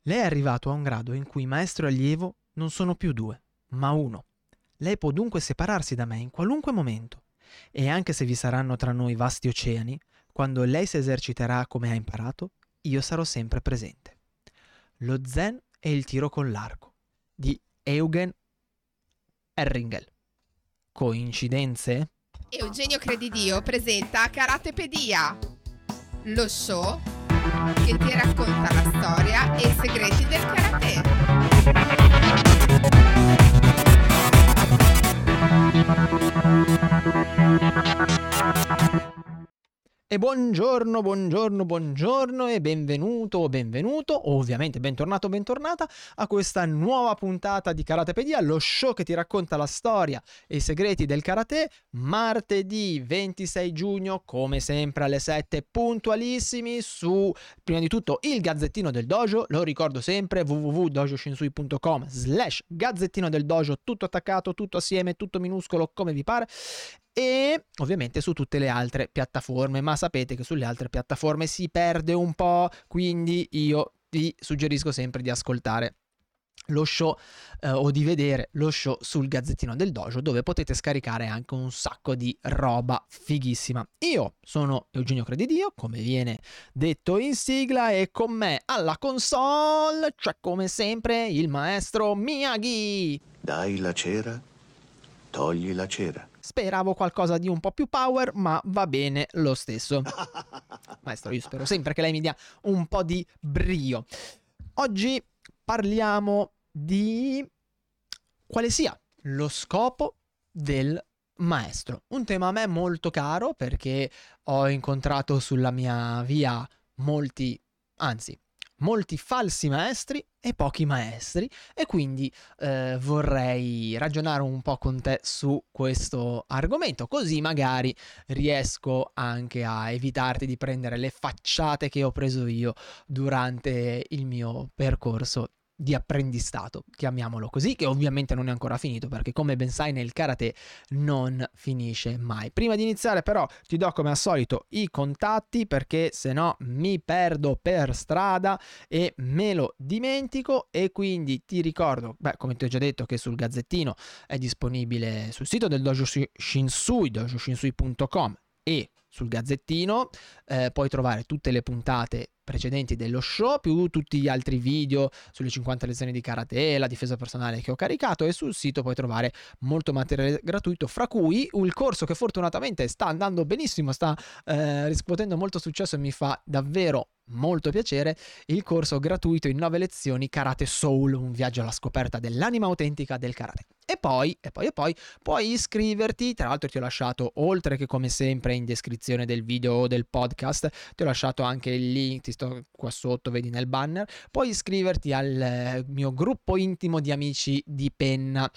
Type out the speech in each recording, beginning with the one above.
Lei è arrivato a un grado in cui maestro e allievo non sono più due, ma uno. Lei può dunque separarsi da me in qualunque momento. E anche se vi saranno tra noi vasti oceani, quando lei si eserciterà come ha imparato, io sarò sempre presente. Lo zen e il tiro con l'arco di Eugen Erringel. Coincidenze? Eugenio Credidio presenta Karatepedia, lo show che ti racconta la storia e i segreti del karate. E buongiorno e benvenuto o benvenuto, ovviamente bentornato o bentornata a questa nuova puntata di Karatepedia, lo show che ti racconta la storia e i segreti del karate, martedì 26 giugno, come sempre alle 7, puntualissimi su, prima di tutto, il Gazzettino del Dojo, lo ricordo sempre, www.dojoshinsui.com/Gazzettino del Dojo, tutto attaccato, tutto assieme, tutto minuscolo, come vi pare. E ovviamente su tutte le altre piattaforme, ma sapete che sulle altre piattaforme si perde un po', quindi io vi suggerisco sempre di ascoltare lo show o di vedere lo show sul Gazzettino del Dojo, dove potete scaricare anche un sacco di roba fighissima. Io sono Eugenio Credidio, come viene detto in sigla, e con me alla console c'è come sempre il maestro Miyagi. Dai la cera, togli la cera. Speravo qualcosa di un po' più power, ma va bene lo stesso. Maestro, io spero sempre che lei mi dia un po' di brio. Oggi parliamo di quale sia lo scopo del maestro. Un tema a me molto caro, perché ho incontrato sulla mia via molti falsi maestri e pochi maestri, e quindi vorrei ragionare un po' con te su questo argomento, così magari riesco anche a evitarti di prendere le facciate che ho preso io durante il mio percorso di apprendistato, chiamiamolo così, che ovviamente non è ancora finito, perché come ben sai nel karate non finisce mai. Prima di iniziare però ti do come al solito i contatti, perché se no mi perdo per strada e me lo dimentico, e quindi ti ricordo, come ti ho già detto, che sul Gazzettino è disponibile sul sito del Dojo Shinsui, dojoshinsui.com, e sul Gazzettino puoi trovare tutte le puntate precedenti dello show, più tutti gli altri video sulle 50 lezioni di karate, la difesa personale che ho caricato, e sul sito puoi trovare molto materiale gratuito, fra cui il corso che fortunatamente sta andando benissimo, sta riscuotendo molto successo e mi fa davvero molto piacere, il corso gratuito in 9 lezioni Karate Soul, un viaggio alla scoperta dell'anima autentica del karate. E poi puoi iscriverti, tra l'altro ti ho lasciato, oltre che come sempre in descrizione del video o del podcast, ti ho lasciato anche il link, ti sto qua sotto, vedi nel banner, puoi iscriverti al mio gruppo intimo di amici di penna,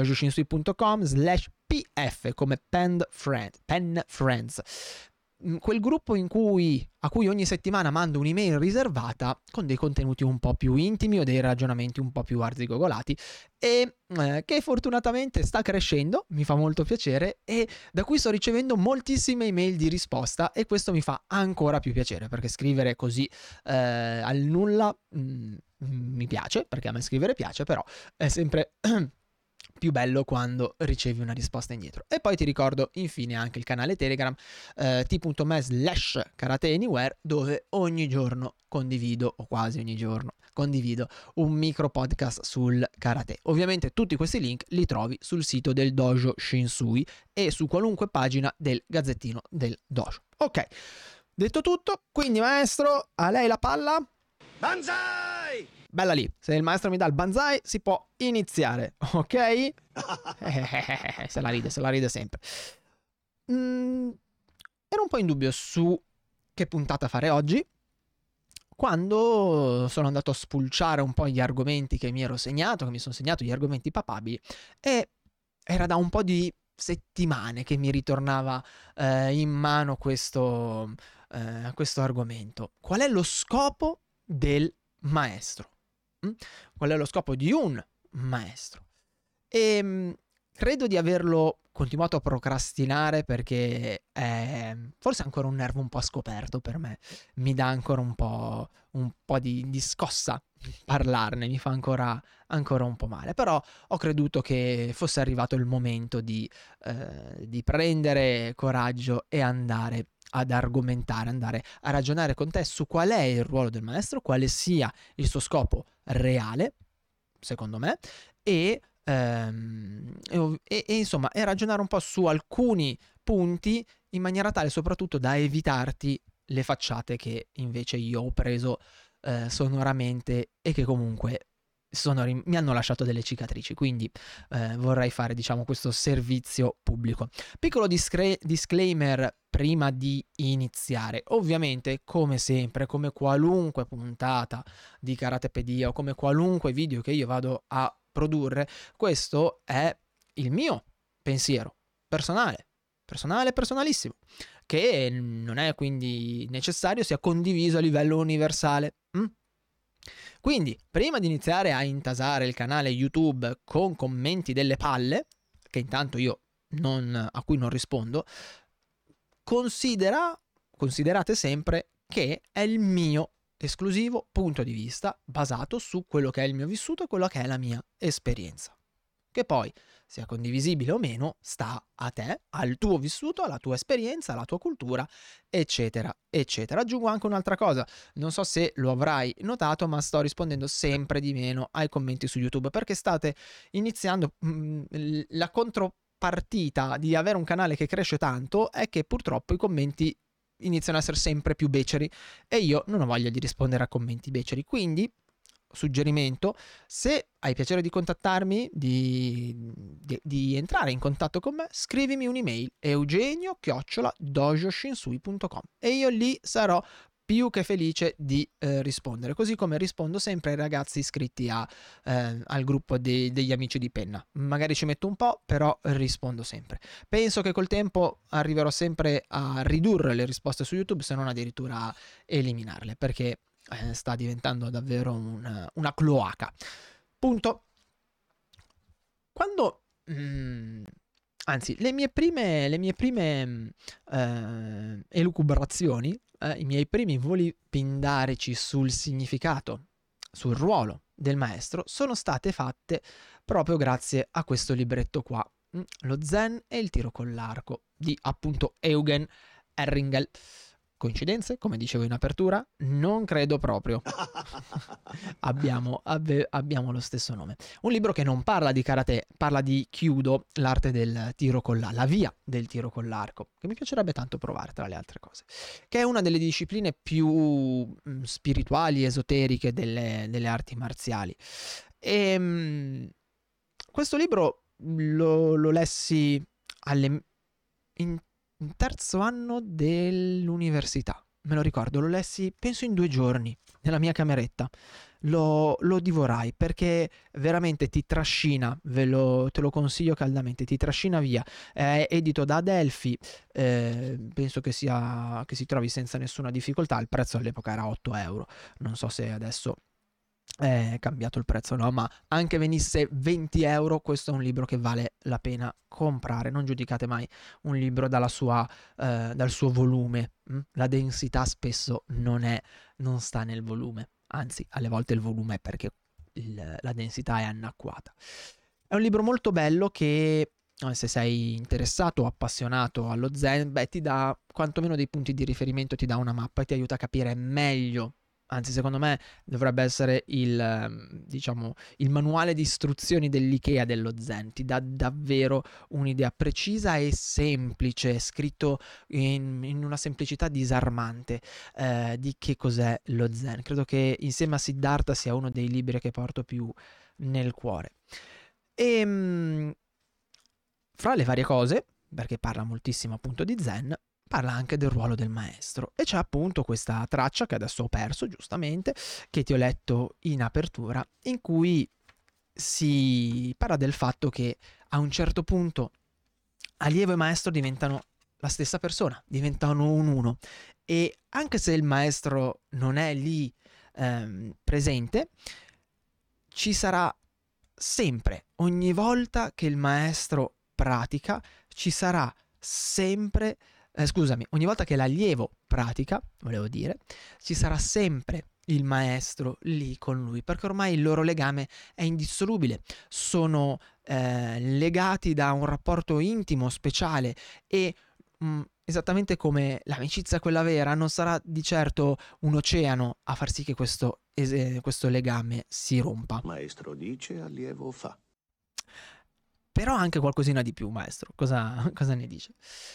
dojoshinsui.com/pf, come pen friends. Quel gruppo a cui ogni settimana mando un'email riservata con dei contenuti un po' più intimi o dei ragionamenti un po' più arzigogolati, e che fortunatamente sta crescendo, mi fa molto piacere, e da cui sto ricevendo moltissime email di risposta, e questo mi fa ancora più piacere, perché scrivere così al nulla mi piace, perché a me scrivere piace, però è sempre più bello quando ricevi una risposta indietro. E poi ti ricordo infine anche il canale Telegram t.me/karateanywhere, dove ogni giorno condivido, o quasi ogni giorno condivido, un micro podcast sul karate. Ovviamente tutti questi link li trovi sul sito del Dojo Shinsui e su qualunque pagina del Gazzettino del Dojo. Ok, detto tutto, quindi maestro, a lei la palla. Banzai! Bella lì, se il maestro mi dà il banzai si può iniziare, ok? Se la ride sempre. Ero un po' in dubbio su che puntata fare oggi, quando sono andato a spulciare un po' gli argomenti che mi sono segnato, gli argomenti papabili, e era da un po' di settimane che mi ritornava in mano questo argomento. Qual è lo scopo del maestro? Qual è lo scopo di un maestro? E Credo di averlo continuato a procrastinare perché è forse ancora un nervo un po' scoperto per me, mi dà ancora un po' di scossa parlarne, mi fa ancora un po' male, però ho creduto che fosse arrivato il momento di prendere coraggio e andare ad argomentare, andare a ragionare con te su qual è il ruolo del maestro, quale sia il suo scopo reale, secondo me, e insomma, e ragionare un po' su alcuni punti in maniera tale soprattutto da evitarti le facciate che invece io ho preso sonoramente e che comunque mi hanno lasciato delle cicatrici, quindi vorrei fare, diciamo, questo servizio pubblico. Piccolo disclaimer prima di iniziare. Ovviamente, come sempre, come qualunque puntata di Karatepedia o come qualunque video che io vado a produrre, questo è il mio pensiero personalissimo, che non è quindi necessario sia condiviso a livello universale. Quindi, prima di iniziare a intasare il canale YouTube con commenti delle palle, che intanto io a cui non rispondo, considerate sempre che è il mio esclusivo punto di vista basato su quello che è il mio vissuto e quello che è la mia esperienza. Che poi sia condivisibile o meno sta a te, al tuo vissuto, alla tua esperienza, alla tua cultura, eccetera, eccetera. Aggiungo anche un'altra cosa, non so se lo avrai notato, ma sto rispondendo sempre di meno ai commenti su YouTube perché state iniziando la contropartita di avere un canale che cresce tanto è che purtroppo i commenti iniziano a essere sempre più beceri e io non ho voglia di rispondere a commenti beceri, quindi suggerimento: se hai piacere di contattarmi, di entrare in contatto con me, scrivimi un'email eugenio@dojoshinsui.com e io lì sarò più che felice di rispondere, così come rispondo sempre ai ragazzi iscritti al gruppo degli amici di penna. Magari ci metto un po', però rispondo sempre. Penso che col tempo arriverò sempre a ridurre le risposte su YouTube, se non addirittura a eliminarle, perché sta diventando davvero una cloaca. Punto. Quando anzi, le mie prime elucubrazioni, i miei primi voli pindarici sul significato, sul ruolo del maestro, sono state fatte proprio grazie a questo libretto qua, Lo Zen e il tiro con l'arco, di appunto Eugen Erringel. Coincidenze? Come dicevo in apertura, non credo proprio. Abbiamo lo stesso nome. Un libro che non parla di karate, parla di Kyudo, l'arte del tiro con la via del tiro con l'arco, che mi piacerebbe tanto provare tra le altre cose, che è una delle discipline più spirituali, esoteriche delle arti marziali. Questo libro lo lessi in terzo anno dell'università, me lo ricordo, lo lessi penso in 2 giorni nella mia cameretta, lo divorai perché veramente ti trascina, te lo consiglio caldamente, ti trascina via. È edito da Adelphi, penso che si trovi senza nessuna difficoltà, il prezzo all'epoca era 8 euro, non so se adesso è cambiato il prezzo o no, ma anche venisse 20 euro, questo è un libro che vale la pena comprare. Non giudicate mai un libro dal suo volume, la densità spesso non sta nel volume, anzi alle volte il volume è perché la densità è annacquata. È un libro molto bello che, se sei interessato o appassionato allo Zen, ti dà quantomeno dei punti di riferimento, ti dà una mappa e ti aiuta a capire meglio. Anzi, secondo me dovrebbe essere il manuale di istruzioni dell'Ikea dello Zen. Ti dà davvero un'idea precisa e semplice, scritto in una semplicità disarmante, di che cos'è lo Zen. Credo che insieme a Siddhartha sia uno dei libri che porto più nel cuore. E fra le varie cose, perché parla moltissimo appunto di Zen, parla anche del ruolo del maestro e c'è appunto questa traccia che adesso ho perso giustamente, che ti ho letto in apertura, in cui si parla del fatto che a un certo punto allievo e maestro diventano la stessa persona, diventano un uno, e anche se il maestro non è lì presente, ci sarà sempre, ogni volta che il maestro pratica, ci sarà sempre, ogni volta che l'allievo pratica, volevo dire, ci sarà sempre il maestro lì con lui, perché ormai il loro legame è indissolubile, sono legati da un rapporto intimo, speciale e esattamente come l'amicizia quella vera, non sarà di certo un oceano a far sì che questo legame si rompa. Maestro dice, allievo fa. Però anche qualcosina di più, maestro. Cosa ne dice?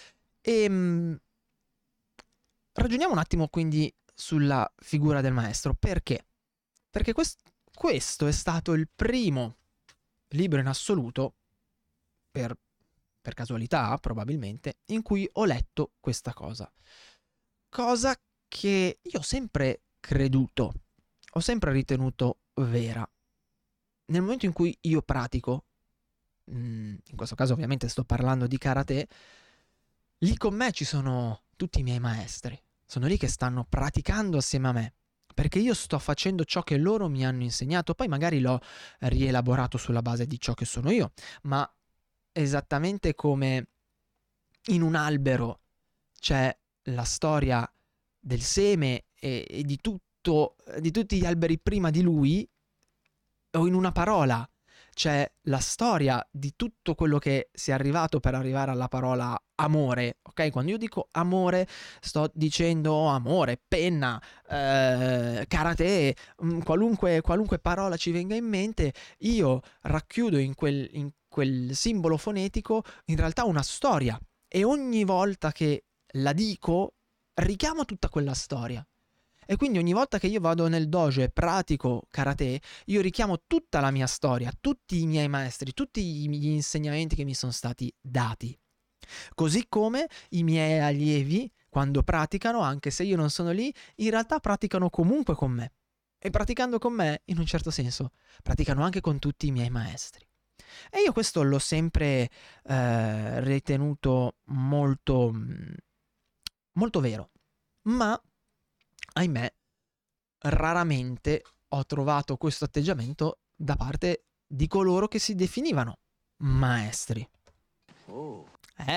Ragioniamo un attimo quindi sulla figura del maestro. Perché? Perché questo è stato il primo libro in assoluto, per casualità probabilmente, in cui ho letto questa cosa. Cosa che io ho sempre creduto, ho sempre ritenuto vera. Nel momento in cui io pratico, in questo caso ovviamente sto parlando di karate, lì con me ci sono tutti i miei maestri. Sono lì che stanno praticando assieme a me, perché io sto facendo ciò che loro mi hanno insegnato, poi magari l'ho rielaborato sulla base di ciò che sono io, ma esattamente come in un albero c'è la storia del seme e di tutti gli alberi prima di lui, o in una parola c'è la storia di tutto quello che si è arrivato per arrivare alla parola amore, ok? Quando io dico amore sto dicendo amore, penna, karate, qualunque parola ci venga in mente, io racchiudo in quel simbolo fonetico in realtà una storia, e ogni volta che la dico richiamo tutta quella storia. E quindi ogni volta che io vado nel dojo e pratico karate, io richiamo tutta la mia storia, tutti i miei maestri, tutti gli insegnamenti che mi sono stati dati. Così come i miei allievi, quando praticano, anche se io non sono lì, in realtà praticano comunque con me. E praticando con me, in un certo senso, praticano anche con tutti i miei maestri. E io questo l'ho sempre ritenuto molto, molto vero. Ma ahimè, raramente ho trovato questo atteggiamento da parte di coloro che si definivano maestri. Oh,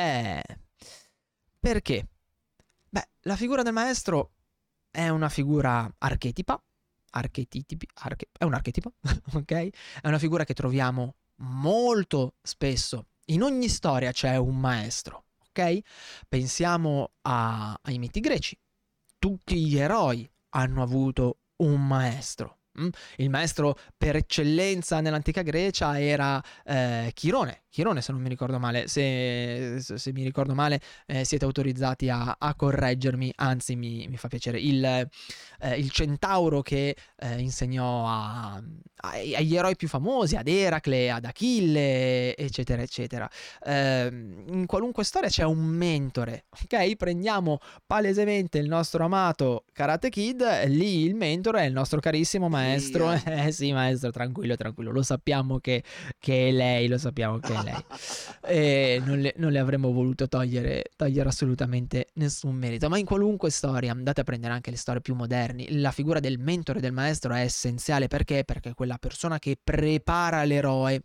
Perché? Beh, la figura del maestro è una figura archetipa, è un archetipo, ok? È una figura che troviamo molto spesso. In ogni storia c'è un maestro, ok? Pensiamo ai miti greci. Tutti gli eroi hanno avuto un maestro. Il maestro per eccellenza nell'antica Grecia era Chirone. Chirone, se non mi ricordo male. Se mi ricordo male, siete autorizzati a correggermi. Anzi, mi fa piacere. Il centauro che insegnò agli eroi più famosi, ad Eracle, ad Achille, eccetera, eccetera. In qualunque storia c'è un mentore. Ok? Prendiamo palesemente il nostro amato Karate Kid. Lì il mentore è il nostro carissimo maestro. Sì, maestro, tranquillo, lo sappiamo che è lei, lo sappiamo che è lei. E non le avremmo voluto togliere assolutamente nessun merito. Ma in qualunque storia, andate a prendere anche le storie più moderni, la figura del mentore, del maestro è essenziale. Perché? Perché è quella persona che prepara l'eroe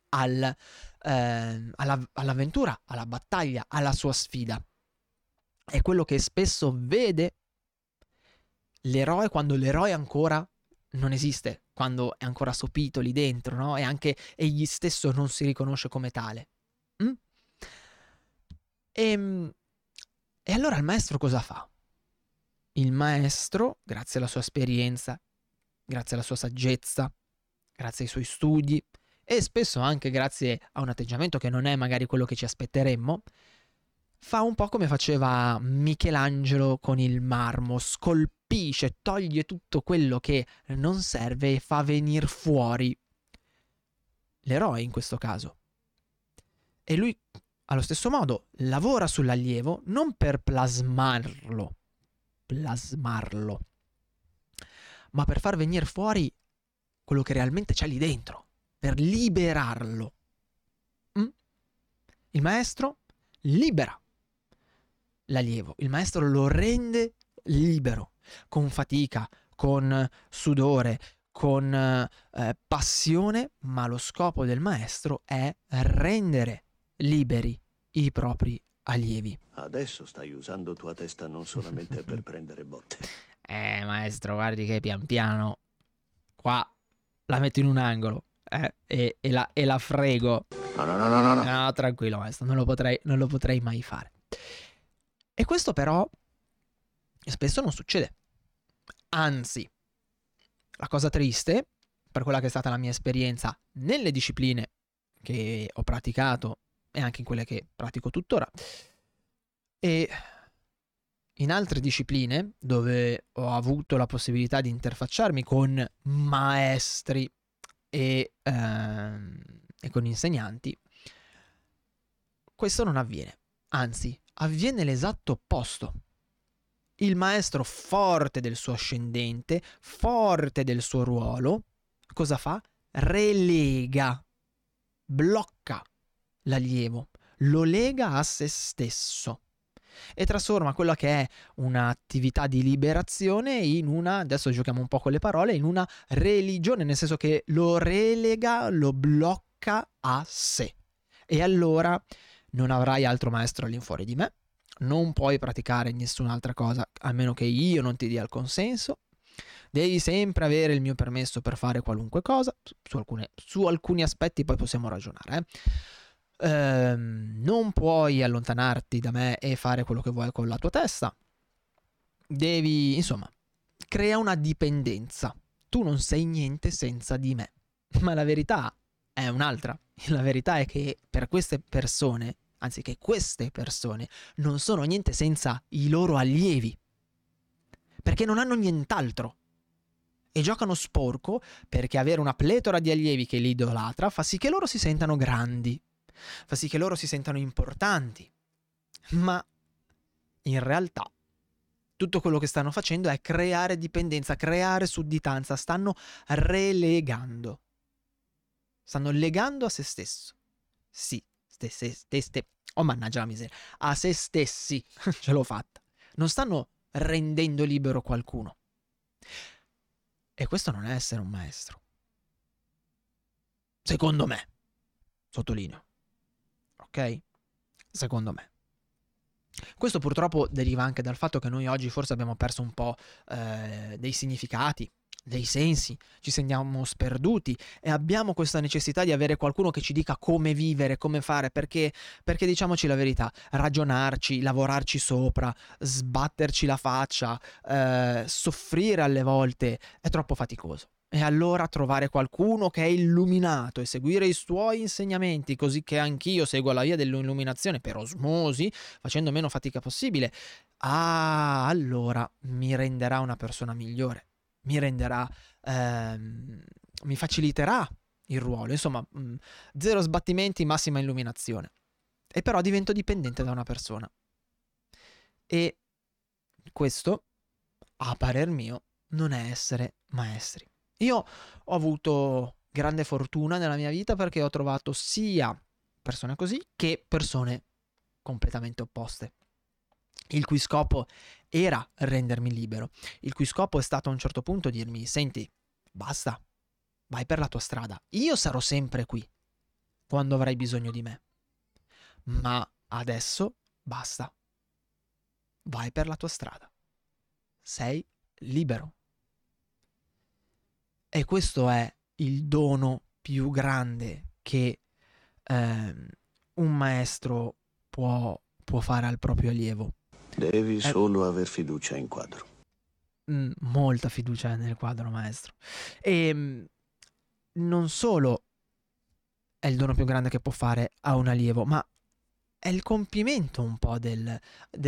all'avventura, alla battaglia, alla sua sfida. È quello che spesso vede l'eroe quando l'eroe ancora non esiste, quando è ancora sopito lì dentro, no? E anche egli stesso non si riconosce come tale. E allora il maestro cosa fa? Il maestro, grazie alla sua esperienza, grazie alla sua saggezza, grazie ai suoi studi e spesso anche grazie a un atteggiamento che non è magari quello che ci aspetteremmo, fa un po' come faceva Michelangelo con il marmo, scolpisce, toglie tutto quello che non serve e fa venire fuori l'eroe in questo caso. E lui, allo stesso modo, lavora sull'allievo non per plasmarlo, ma per far venire fuori quello che realmente c'è lì dentro, per liberarlo. Il maestro libera l'allievo, il maestro lo rende libero, con fatica, con sudore, con passione, ma lo scopo del maestro è rendere liberi i propri allievi. Adesso stai usando tua testa non solamente per prendere botte. Maestro, guardi che pian piano qua la metto in un angolo e la frego. No. No, tranquillo maestro, non lo potrei mai fare. E questo però spesso non succede. Anzi, la cosa triste, per quella che è stata la mia esperienza nelle discipline che ho praticato e anche in quelle che pratico tuttora, e in altre discipline dove ho avuto la possibilità di interfacciarmi con maestri e con insegnanti, questo non avviene. Anzi, avviene l'esatto opposto. Il maestro, forte del suo ascendente, forte del suo ruolo, cosa fa? Relega, blocca l'allievo, lo lega a se stesso e trasforma quella che è un'attività di liberazione in una, adesso giochiamo un po' con le parole, in una religione, nel senso che lo relega, lo blocca a sé. E allora non avrai altro maestro all'infuori di me, non puoi praticare nessun'altra cosa a meno che io non ti dia il consenso, devi sempre avere il mio permesso per fare qualunque cosa, su alcuni aspetti poi possiamo ragionare, non puoi allontanarti da me e fare quello che vuoi con la tua testa, devi, insomma, crea una dipendenza, tu non sei niente senza di me, ma la verità è un'altra, la verità è che per queste persone, anzi che queste persone non sono niente senza i loro allievi, perché non hanno nient'altro e giocano sporco perché avere una pletora di allievi che li idolatra fa sì che loro si sentano grandi, fa sì che loro si sentano importanti, ma in realtà tutto quello che stanno facendo è creare dipendenza, creare sudditanza, stanno relegando, stanno legando a se stesso, sì, oh mannaggia la miseria, a se stessi, ce l'ho fatta, non stanno rendendo libero qualcuno. E questo non è essere un maestro, secondo me, sottolineo, ok? Secondo me. Questo purtroppo deriva anche dal fatto che noi oggi forse abbiamo perso un po' dei significati, dei sensi, ci sentiamo sperduti e abbiamo questa necessità di avere qualcuno che ci dica come vivere, come fare, perché diciamoci la verità, ragionarci, lavorarci sopra, sbatterci la faccia, soffrire alle volte è troppo faticoso. E allora trovare qualcuno che è illuminato e seguire i suoi insegnamenti, così che anch'io segua la via dell'illuminazione per osmosi, facendo meno fatica possibile, allora mi renderà una persona migliore, mi renderà, mi faciliterà il ruolo, insomma, zero sbattimenti, massima illuminazione. E però divento dipendente da una persona. E questo, a parer mio, non è essere maestri. Io ho avuto grande fortuna nella mia vita perché ho trovato sia persone così che persone completamente opposte, il cui scopo era rendermi libero, il cui scopo è stato a un certo punto dirmi: senti, basta, vai per la tua strada, io sarò sempre qui quando avrai bisogno di me, ma adesso basta, vai per la tua strada, sei libero. E questo è il dono più grande che un maestro può fare al proprio allievo. Devi solo aver fiducia in quadro. Molta fiducia nel quadro, maestro. E non solo è il dono più grande che può fare a un allievo, ma è il compimento un po' di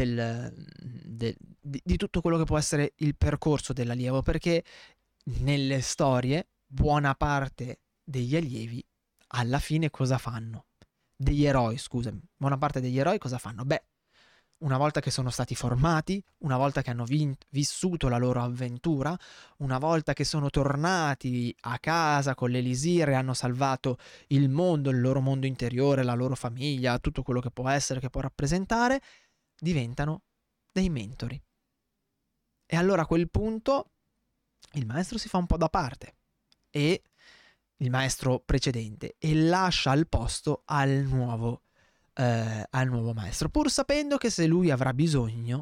tutto quello che può essere il percorso dell'allievo, perché nelle storie buona parte degli allievi alla fine cosa fanno? Degli eroi, scusami, buona parte degli eroi cosa fanno? Beh, una volta che sono stati formati, una volta che hanno vissuto la loro avventura, una volta che sono tornati a casa con l'elisir e hanno salvato il mondo, il loro mondo interiore, la loro famiglia, tutto quello che può essere, che può rappresentare, diventano dei mentori. E allora a quel punto il maestro si fa un po' da parte, e il maestro precedente e lascia il posto al nuovo maestro, pur sapendo che se lui avrà bisogno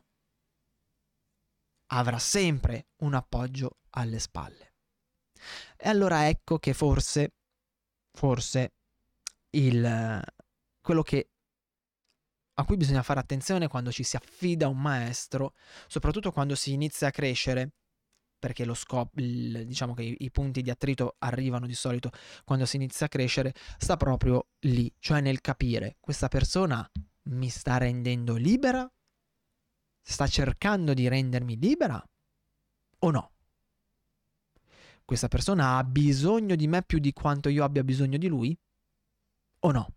avrà sempre un appoggio alle spalle. E allora ecco che forse quello a cui bisogna fare attenzione quando ci si affida a un maestro, soprattutto quando si inizia a crescere, perché diciamo che i punti di attrito arrivano di solito quando si inizia a crescere, sta proprio lì, cioè nel capire: questa persona mi sta rendendo libera? Sta cercando di rendermi libera o no? Questa persona ha bisogno di me più di quanto io abbia bisogno di lui o no?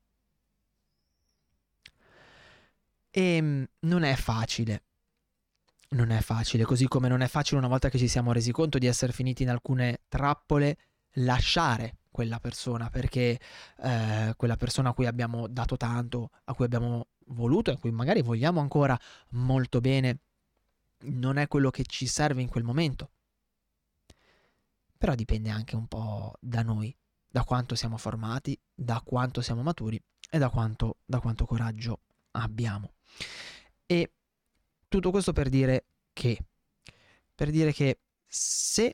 E non è facile, così come non è facile, una volta che ci siamo resi conto di essere finiti in alcune trappole, lasciare quella persona, perché quella persona a cui abbiamo dato tanto, a cui abbiamo voluto e a cui magari vogliamo ancora molto bene, non è quello che ci serve in quel momento. Però dipende anche un po' da noi, da quanto siamo formati, da quanto siamo maturi e da quanto coraggio abbiamo. E tutto questo per dire che se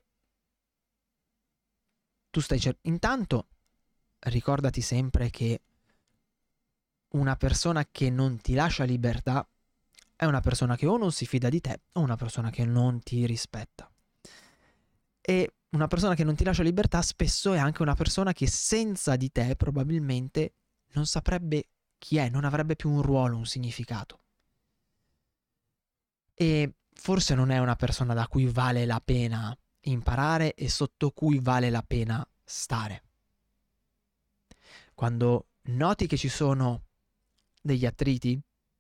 tu intanto ricordati sempre che una persona che non ti lascia libertà è una persona che o non si fida di te o una persona che non ti rispetta. E una persona che non ti lascia libertà spesso è anche una persona che senza di te probabilmente non saprebbe chi è, non avrebbe più un ruolo, un significato. E forse non è una persona da cui vale la pena imparare e sotto cui vale la pena stare. Quando noti che ci sono degli attriti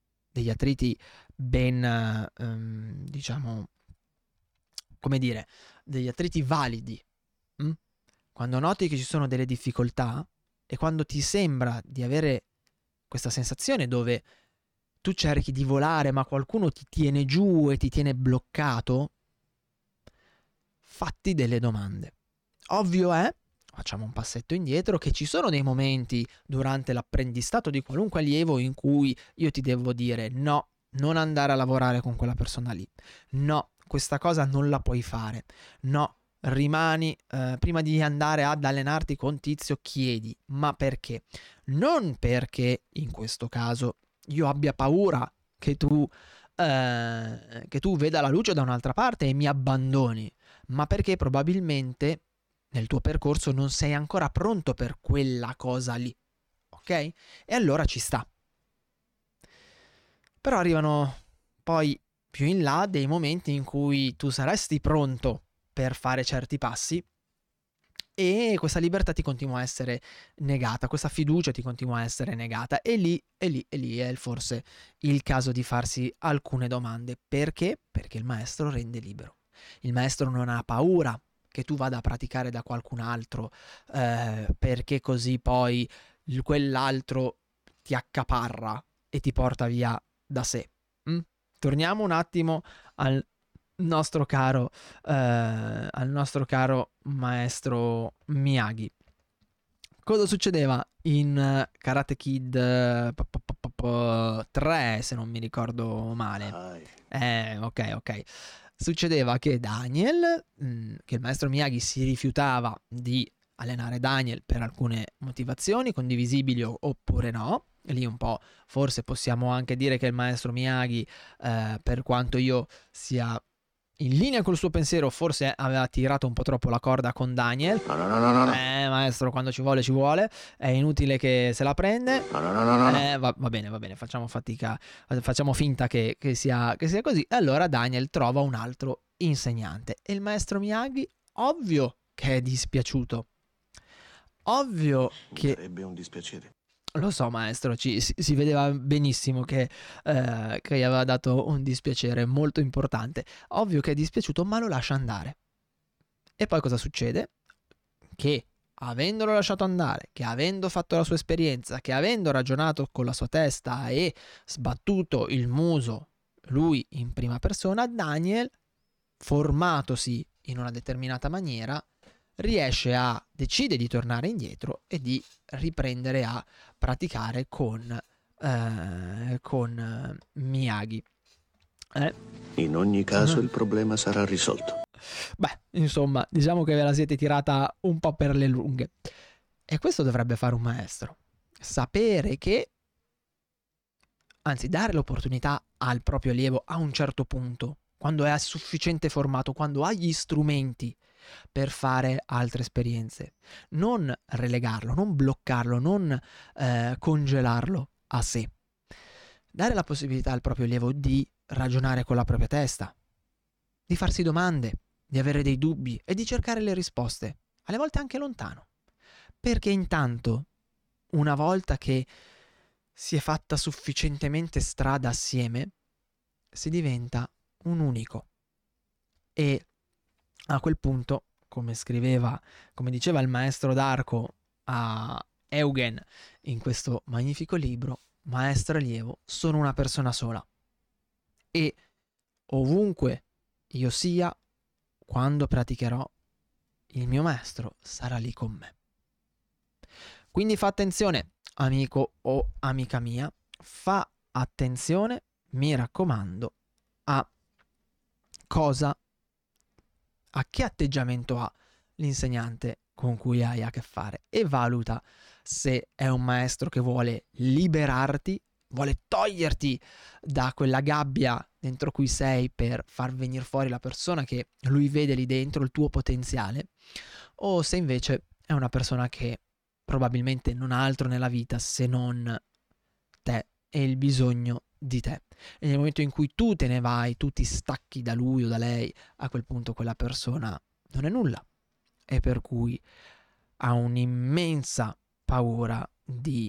ben, diciamo, come dire, degli attriti validi, quando noti che ci sono delle difficoltà e quando ti sembra di avere questa sensazione dove tu cerchi di volare ma qualcuno ti tiene giù e ti tiene bloccato, fatti delle domande. Ovvio è, facciamo un passetto indietro, che ci sono dei momenti durante l'apprendistato di qualunque allievo in cui io ti devo dire: no, non andare a lavorare con quella persona lì, no, questa cosa non la puoi fare, no, rimani, prima di andare ad allenarti con Tizio chiedi. Ma perché? Non perché in questo caso io abbia paura che tu veda la luce da un'altra parte e mi abbandoni, ma perché probabilmente nel tuo percorso non sei ancora pronto per quella cosa lì, ok? E allora ci sta. Però arrivano poi più in là dei momenti in cui tu saresti pronto per fare certi passi e questa libertà ti continua a essere negata, questa fiducia ti continua a essere negata, e lì è forse il caso di farsi alcune domande. Perché? Perché il maestro rende libero. Il maestro non ha paura che tu vada a praticare da qualcun altro, perché così poi quell'altro ti accaparra e ti porta via da sé. Torniamo un attimo al nostro caro maestro Miyagi. Cosa succedeva in Karate Kid 3, se non mi ricordo male? Ok. Succedeva che Daniel, che il maestro Miyagi si rifiutava di allenare Daniel per alcune motivazioni condivisibili oppure no. Lì un po' forse possiamo anche dire che il maestro Miyagi, per quanto io sia in linea col suo pensiero, forse aveva tirato un po' troppo la corda con Daniel. No. Maestro, quando ci vuole, è inutile che se la prende. No. Va bene, facciamo fatica, facciamo finta che sia così. E allora Daniel trova un altro insegnante e il maestro Miyagi, ovvio che è dispiaciuto. Ovvio che sarebbe un dispiacere. Lo so, maestro, si vedeva benissimo che gli aveva dato un dispiacere molto importante. Ovvio che è dispiaciuto, ma lo lascia andare. E poi cosa succede? Che avendolo lasciato andare, che avendo fatto la sua esperienza, che avendo ragionato con la sua testa e sbattuto il muso lui in prima persona, Daniel, formatosi in una determinata maniera, decide di tornare indietro e di riprendere a praticare con Miyagi. In ogni caso il problema sarà risolto. Beh, insomma, diciamo che ve la siete tirata un po' per le lunghe. E questo dovrebbe fare un maestro. Sapere che, anzi, dare l'opportunità al proprio allievo a un certo punto, quando è a sufficiente formato, quando ha gli strumenti per fare altre esperienze. Non relegarlo, non bloccarlo, non congelarlo a sé. Dare la possibilità al proprio allievo di ragionare con la propria testa, di farsi domande, di avere dei dubbi e di cercare le risposte, alle volte anche lontano. Perché intanto, una volta che si è fatta sufficientemente strada assieme, si diventa un unico. E a quel punto, come diceva il maestro d'arco a Eugen in questo magnifico libro, maestro e allievo sono una persona sola. E ovunque io sia, quando praticherò, il mio maestro sarà lì con me. Quindi fa attenzione, amico o amica mia, fa attenzione, mi raccomando, a che atteggiamento ha l'insegnante con cui hai a che fare e valuta se è un maestro che vuole liberarti, vuole toglierti da quella gabbia dentro cui sei per far venire fuori la persona che lui vede lì dentro, il tuo potenziale, o se invece è una persona che probabilmente non ha altro nella vita se non te e il bisogno di te. E nel momento in cui tu te ne vai, tu ti stacchi da lui o da lei, a quel punto quella persona non è nulla. E per cui ha un'immensa paura di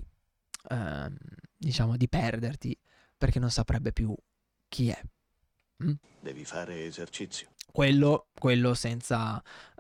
perderti, perché non saprebbe più chi è. Devi fare esercizio. Quello senza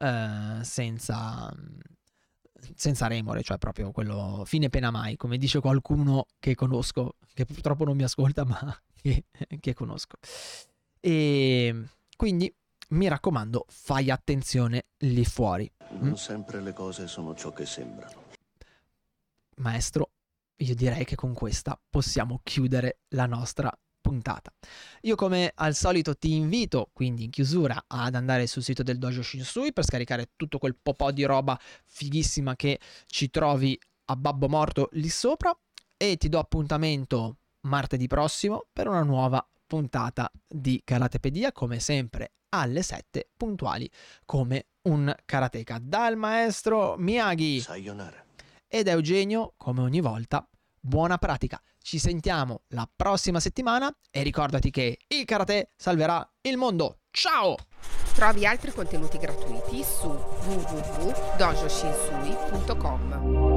remore, cioè proprio quello fine pena mai, come dice qualcuno che conosco, che purtroppo non mi ascolta, ma che conosco. E quindi mi raccomando, fai attenzione lì fuori. Non sempre le cose sono ciò che sembrano. Maestro, io direi che con questa possiamo chiudere la nostra puntata. Io come al solito ti invito quindi in chiusura ad andare sul sito del Dojo Shinsui per scaricare tutto quel po' di roba fighissima che ci trovi a babbo morto lì sopra, e ti do appuntamento martedì prossimo per una nuova puntata di Karatepedia, come sempre alle 7 puntuali, come un karateka. Dal maestro Miyagi Sayonara. ed Eugenio, come ogni volta, buona pratica. Ci sentiamo la prossima settimana e ricordati che il karate salverà il mondo. Ciao! Trovi altri contenuti gratuiti su www.dojoshinsui.com.